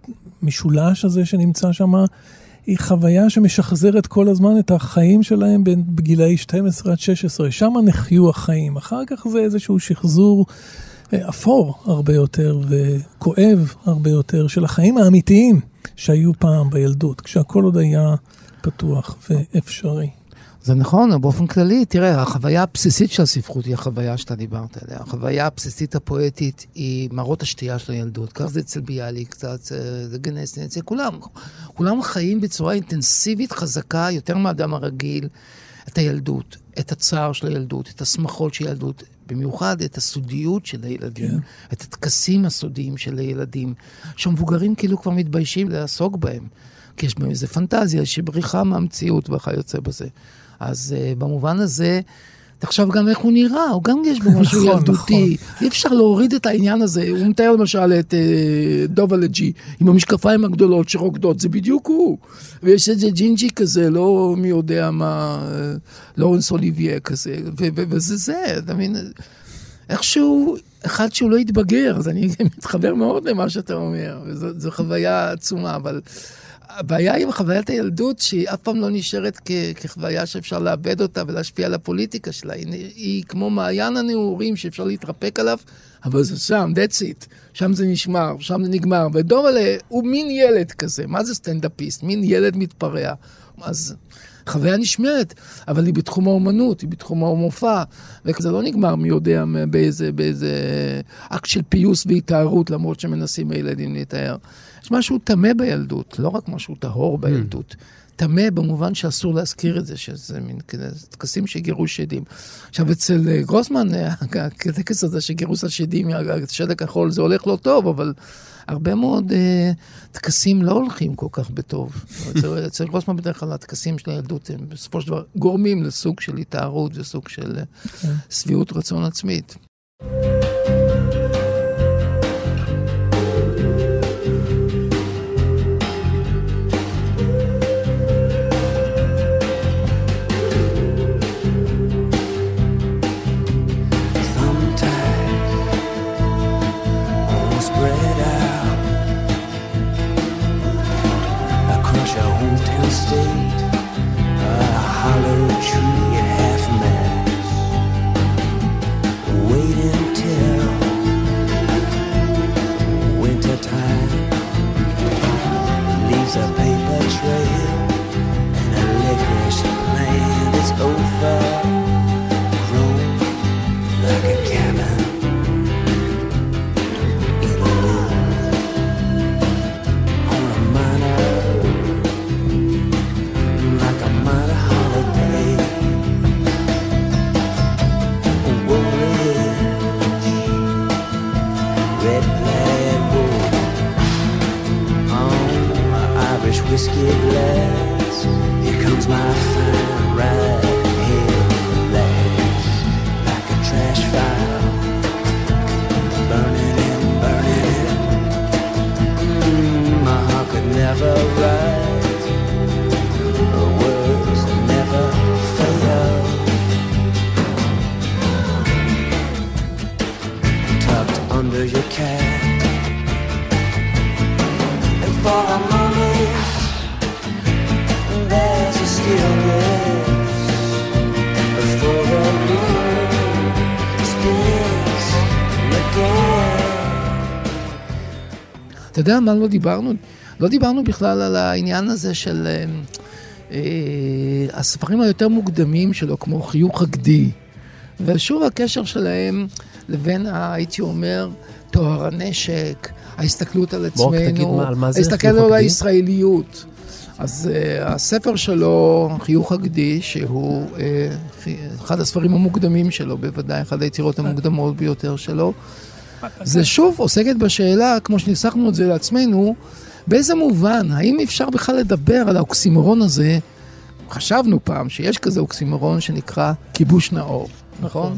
המשולש הזה שנמצא שם, היא חוויה שמשחזרת כל הזמן את החיים שלהם בגילאי שתים עשרה עד שש עשרה. שם נחיו החיים. אחר כך זה איזשהו שחזור אפור הרבה יותר וכואב הרבה יותר של החיים האמיתיים שהיו פעם בילדות, כשהכל עוד היה פתוח ואפשרי. זה נכון, באופן כללי, תראה, החוויה הבסיסית של הספרות היא החוויה שאתה דיברת עליה. החוויה הבסיסית הפואטית היא מראות השתייה של הילדות. כך זה אצל ביאליק, קצת זה גנסטין, אצל כולם. כולם חיים בצורה אינטנסיבית חזקה, יותר מהאדם הרגיל, את הילדות, את הצער של הילדות, את השמחות של הילדות, במיוחד את הסודיות של הילדים, כן. את הטקסים הסודיים של הילדים, שהמבוגרים כאילו כבר מתביישים לעסוק בהם, כי יש בהם איזו פנטזיה שבריחה מהמציאות וכיוצא בזה. אז uh, במובן הזה, תחשב גם איך הוא נראה, הוא גם יש בו משהו נכון, ילדותי. נכון. אי אפשר להוריד את העניין הזה. הוא מתאר למשל את uh, דובלג'י, עם המשקפיים הגדולות שרוקדות, זה בדיוק הוא. ויש איזה ג'ינג'י כזה, לא מי יודע מה, לורנס אוליביה כזה, ו- ו- וזה זה, אתה מבין, איכשהו, אחד שהוא לא יתבגר, אז אני מתחבר מאוד למה שאתה אומר, וזו, זו חוויה עצומה, אבל הבעיה עם חוויית הילדות, שהיא אף פעם לא נשארת כ- כחוויה שאפשר לאבד אותה ולהשפיע על הפוליטיקה שלה. היא, היא כמו מעיין הנעורים שאפשר להתרפק עליו, אבל זה שם, that's it. שם זה נשמר, שם זה נגמר. ודובלה הוא מין ילד כזה. מה זה סטנדאפיסט? מין ילד מתפרע. אז חוויה נשמרת, אבל היא בתחום האומנות, היא בתחום המופע, וזה לא נגמר מי יודע באיזה, באיזה אקט של פיוס והתארות, למרות שמנסים הילדים להתאר. יש משהו תמה בילדות, לא רק משהו טהור בילדות. תמה במובן שאסור להזכיר את זה, שזה מין טקסים של גירוש שדים. עכשיו, אצל גרוסמן, הטקס הזה של גירוש השדים, השד הכחול, זה הולך לא טוב, אבל הרבה מאוד טקסים לא הולכים כל כך בטוב. אצל גרוסמן בדרך כלל הטקסים של הילדות, הם בסופו של דבר גורמים לסוג של התארות וסוג של סביעות רצון עצמית. אתה יודע מה לא דיברנו? לא דיברנו בכלל על העניין הזה של אה, אה, הספרים היותר מוקדמים שלו, כמו חיוך הגדי. ושוב הקשר שלהם לבין, הייתי אומר, תואר הנשק, ההסתכלות על עצמנו, בוא, תגיד מה, על מה זה ההסתכלות על הישראליות. אז uh, הספר שלו, חיוך הגדי, שהוא uh, אחד הספרים המוקדמים שלו, בוודאי, אחד היצירות המוקדמות ביותר שלו, זה שוב עוסקת בשאלה, כמו שניסחנו את זה לעצמנו, באיזה מובן, האם אפשר בכלל לדבר על האוקסימורון הזה? חשבנו פעם שיש כזה אוקסימורון שנקרא כיבוש נאור, נכון?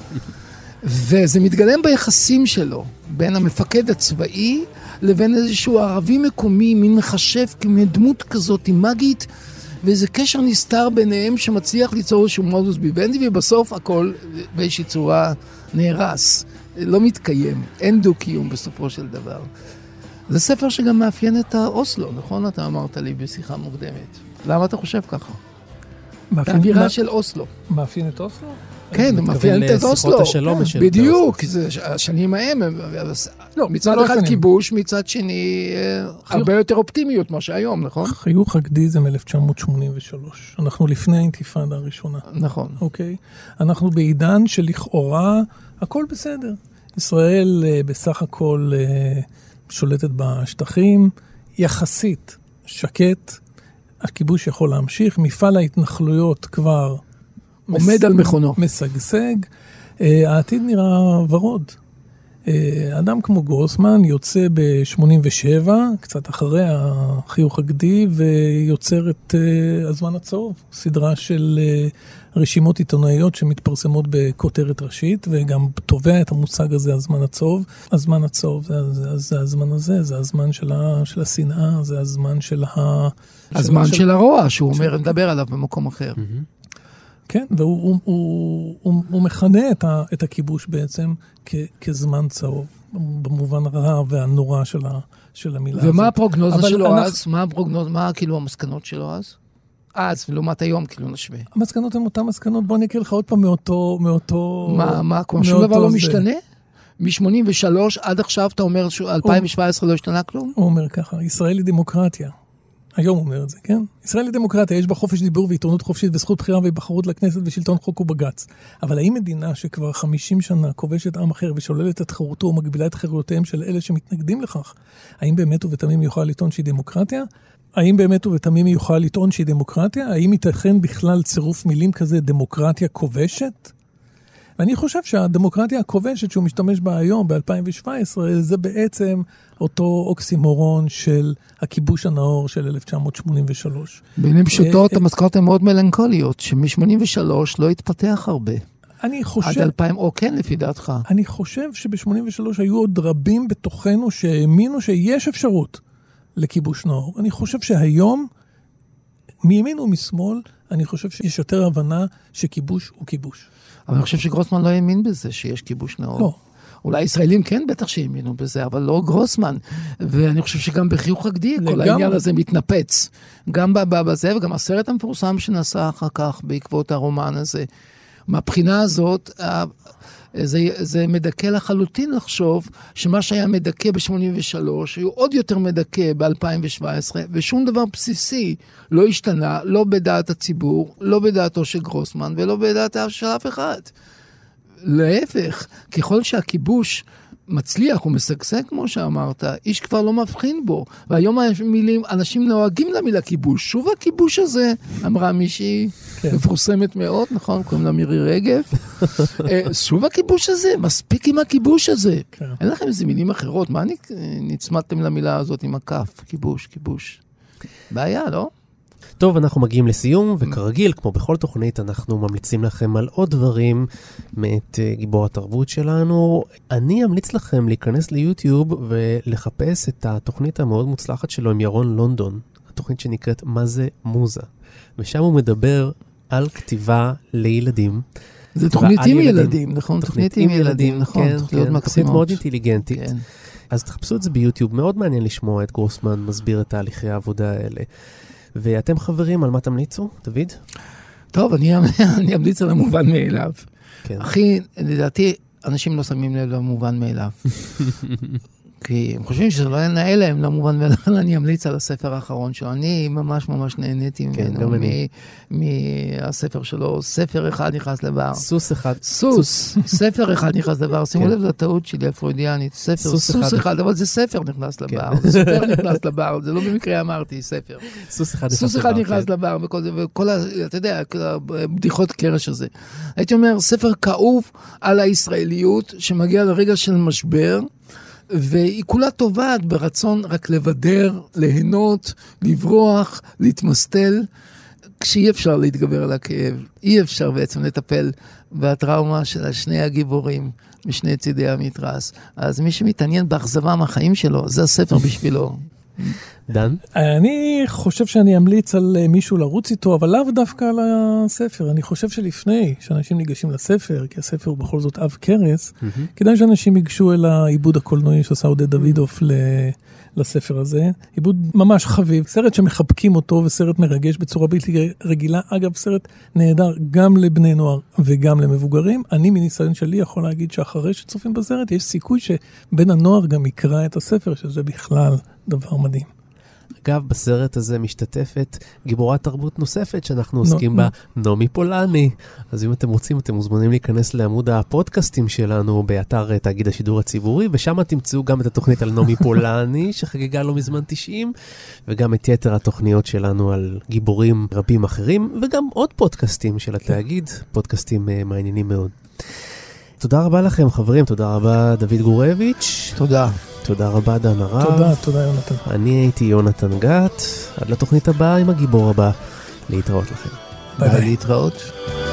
וזה מתגלם ביחסים שלו, בין המפקד הצבאי לבין איזשהו ערבי מקומי, מין מחשב, מין דמות כזאת, מגית, ואיזה קשר נסתר ביניהם שמצליח ליצור איזשהו מודוס ביבנדי, ובסוף הכל באיזושהי צורה נהרס. לא מתקיים, אין דו-קיום בסופו של דבר. זה ספר שגם מאפיין את האוסלו, נכון? אתה אמרת לי בשיחה מוקדמת. למה אתה חושב ככה? האווירה של אוסלו. מאפיין את אוסלו? כן, מאפיין את אוסלו. בדיוק, כי זה השנים ההם, מצד אחד כיבוש, מצד שני הרבה יותר אופטימיות מה שהיום, נכון? חיוך הגדי זה מ-אלף תשע מאות שמונים ושלוש. אנחנו לפני האינתיפאדה הראשונה. נכון. אוקיי? אנחנו בעידן שלכאורה הכל בסדר. ישראל בסך הכל שולטת בשטחים, יחסית שקט, הכיבוש יכול להמשיך, מפעל ההתנחלויות כבר עומד מס... על מכונו. משגשג, העתיד נראה ורוד. אדם כמו גרוסמן יוצא ב-שמונים ושבע, קצת אחרי החיוך הגדי, ויוצר את הזמן הצהוב, סדרה של רשימות עיתונאיות שמתפרסמות בכותרת ראשית, וגם תובע את המושג הזה, הזמן הצהוב. הזמן הצהוב זה, זה, זה הזמן הזה, זה הזמן של, ה, של השנאה, זה הזמן של ה... הזמן של, של הרוע, שהוא אומר, נדבר עליו במקום אחר. כן, והוא הוא, הוא, הוא, הוא מכנה את, ה, את הכיבוש בעצם כ, כזמן צהוב, במובן הרע והנורא של, ה, של המילה הזאת. ומה הפרוגנוזה שלו אנחנו... אז? מה הפרוגנוזה, מה כאילו המסקנות שלו אז? אז, ולעומת היום, כאילו נשווה. המסקנות הן אותן מסקנות, בוא נקרא לך עוד פעם מאותו... מאותו מה, מה, כמו שום דבר לא משתנה? מ-שמונים ושלוש עד עכשיו אתה אומר ש-אלפיים שבע עשרה לא השתנה כלום? הוא אומר ככה, ישראל היא דמוקרטיה. היום הוא אומר את זה, כן? ישראל היא דמוקרטיה, יש בה חופש דיבור ועיתונות חופשית וזכות בחירה והיבחרות לכנסת ושלטון חוק ובג"ץ. אבל האם מדינה שכבר חמישים שנה כובשת עם אחר ושוללת את חירותו ומגבילה את חירויותיהם של אלה שמתנגדים לכך, האם באמת ובתמים היא יכולה לטעון שהיא דמוקרטיה? האם באמת ובתמים היא יכולה לטעון שהיא דמוקרטיה? האם ייתכן בכלל צירוף מילים כזה דמוקרטיה כובשת? ואני חושב שהדמוקרטיה הכובשת שהוא משתמש בה היום, ב-אלפיים שבע עשרה, זה בעצם אותו אוקסימורון של הכיבוש הנאור של אלף תשע מאות שמונים ושלוש. במילים פשוטות, המסקנות הן מאוד מלנכוליות, שמ-שמונים ושלוש לא התפתח הרבה. אני חושב... עד אלפיים, או כן, לפי דעתך. אני חושב שב-שמונים ושלוש היו עוד רבים בתוכנו שהאמינו שיש אפשרות לכיבוש נאור. אני חושב שהיום, מימין ומשמאל, אני חושב שיש יותר הבנה שכיבוש הוא כיבוש. אבל אני חושב שגרוסמן לא האמין בזה, שיש כיבוש נאור. לא. אולי ישראלים כן בטח שהאמינו בזה, אבל לא גרוסמן. ואני חושב שגם בחיוך הגדי, כל העניין הזה מתנפץ. גם בזה, וגם הסרט המפורסם שנסע אחר כך, בעקבות הרומן הזה. מהבחינה הזאת, זה, זה מדכא לחלוטין לחשוב, שמה שהיה מדכא ב-שמונים ושלוש, היו עוד יותר מדכא ב-אלפיים שבע עשרה, ושום דבר בסיסי לא השתנה, לא בדעת הציבור, לא בדעתו של גרוסמן, ולא בדעת של אף אחד. להפך, ככל שהכיבוש מצליח ומשגשג, כמו שאמרת, איש כבר לא מבחין בו. והיום המילים, אנשים נוהגים למילה כיבוש. שוב הכיבוש הזה, אמרה מישהי כן. מפורסמת מאוד, נכון? קוראים לה מירי רגב. שוב הכיבוש הזה, מספיק עם הכיבוש הזה. כן. אין לכם איזה מילים אחרות. מה נצמדתם למילה הזאת עם הכף? כיבוש, כיבוש. בעיה, לא? טוב, אנחנו מגיעים לסיום, וכרגיל, כמו בכל תוכנית, אנחנו ממליצים לכם על עוד דברים מאת גיבור התרבות שלנו. אני אמליץ לכם להיכנס ליוטיוב ולחפש את התוכנית המאוד מוצלחת שלו עם ירון לונדון, התוכנית שנקראת מה זה מוזה. ושם הוא מדבר על כתיבה לילדים. זה תוכנית עם ילדים, נכון? תוכנית עם ילדים, נכון. תוכנית מאוד אינטליגנטית. אז תחפשו את זה ביוטיוב, מאוד מעניין לשמוע את גרוסמן מסביר את תהליכי העבודה האלה. ואתם חברים, על מה תמליצו, דוד? טוב, אני, אני אמליץ על המובן מאליו. כן. אחי, לדעתי, אנשים לא שמים לב למובן מאליו. כי הם חושבים שזה לא ינהל להם למובן מאליו, אני אמליץ על הספר האחרון שלו. אני ממש ממש נהניתי כן, ממנו, מהספר שלו. ספר אחד נכנס לבר. סוס אחד. סוס. ספר אחד נכנס לבר. שימו לב לטעות שלי הפרוידיאנית. ספר, סוס, סוס אחד. אחד, אבל זה ספר נכנס לבר. זה ספר נכנס לבר. זה לא במקרה אמרתי, ספר. סוס אחד סוס אחד נכנס לבר. וכל, אתה יודע, הבדיחות קרש הזה. הייתי אומר, ספר כאוב על הישראליות שמגיע לרגע של משבר, והיא כולה טובעת ברצון רק לבדר, ליהנות, לברוח, להתמסטל, כשאי אפשר להתגבר על הכאב. אי אפשר בעצם לטפל בטראומה של שני הגיבורים משני צידי המתרס. אז מי שמתעניין באכזבה מהחיים שלו, זה הספר בשבילו. דן? אני חושב שאני אמליץ על מישהו לרוץ איתו, אבל לאו דווקא על הספר. אני חושב שלפני שאנשים ניגשים לספר, כי הספר הוא בכל זאת אב קרס, mm-hmm. כדאי שאנשים ייגשו אל העיבוד הקולנועי שעשה עודד דוידוף ל... לספר הזה. עיבוד ממש חביב, סרט שמחבקים אותו וסרט מרגש בצורה בלתי רגילה. אגב, סרט נהדר גם לבני נוער וגם למבוגרים. אני מניסיון שלי יכול להגיד שאחרי שצופים בסרט, יש סיכוי שבן הנוער גם יקרא את הספר, שזה בכלל דבר מדהים. אגב, בסרט הזה משתתפת גיבורת תרבות נוספת שאנחנו עוסקים בה, נעמי פולני. אז אם אתם רוצים, אתם מוזמנים להיכנס לעמוד הפודקאסטים שלנו באתר תאגיד השידור הציבורי, ושם תמצאו גם את התוכנית על נעמי פולני, שחגגה לא מזמן תשעים, וגם את יתר התוכניות שלנו על גיבורים רבים אחרים, וגם עוד פודקאסטים של התאגיד, פודקאסטים מעניינים מאוד. תודה רבה לכם, חברים. תודה רבה, דוד גורביץ'. תודה. תודה רבה, דן הרב. תודה, תודה, יונתן. אני הייתי יונתן גת. עד לתוכנית הבאה עם הגיבור הבא. להתראות לכם. ביי ביי. להתראות.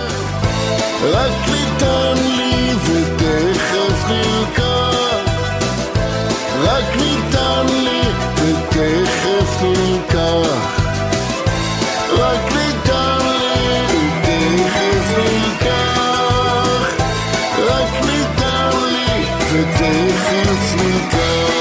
רק ניתן לי ותכף נלקח. רק ניתן לי ותכף נלקח. רק ניתן לי ותכף נלקח. רק ניתן לי ותכף נלקח.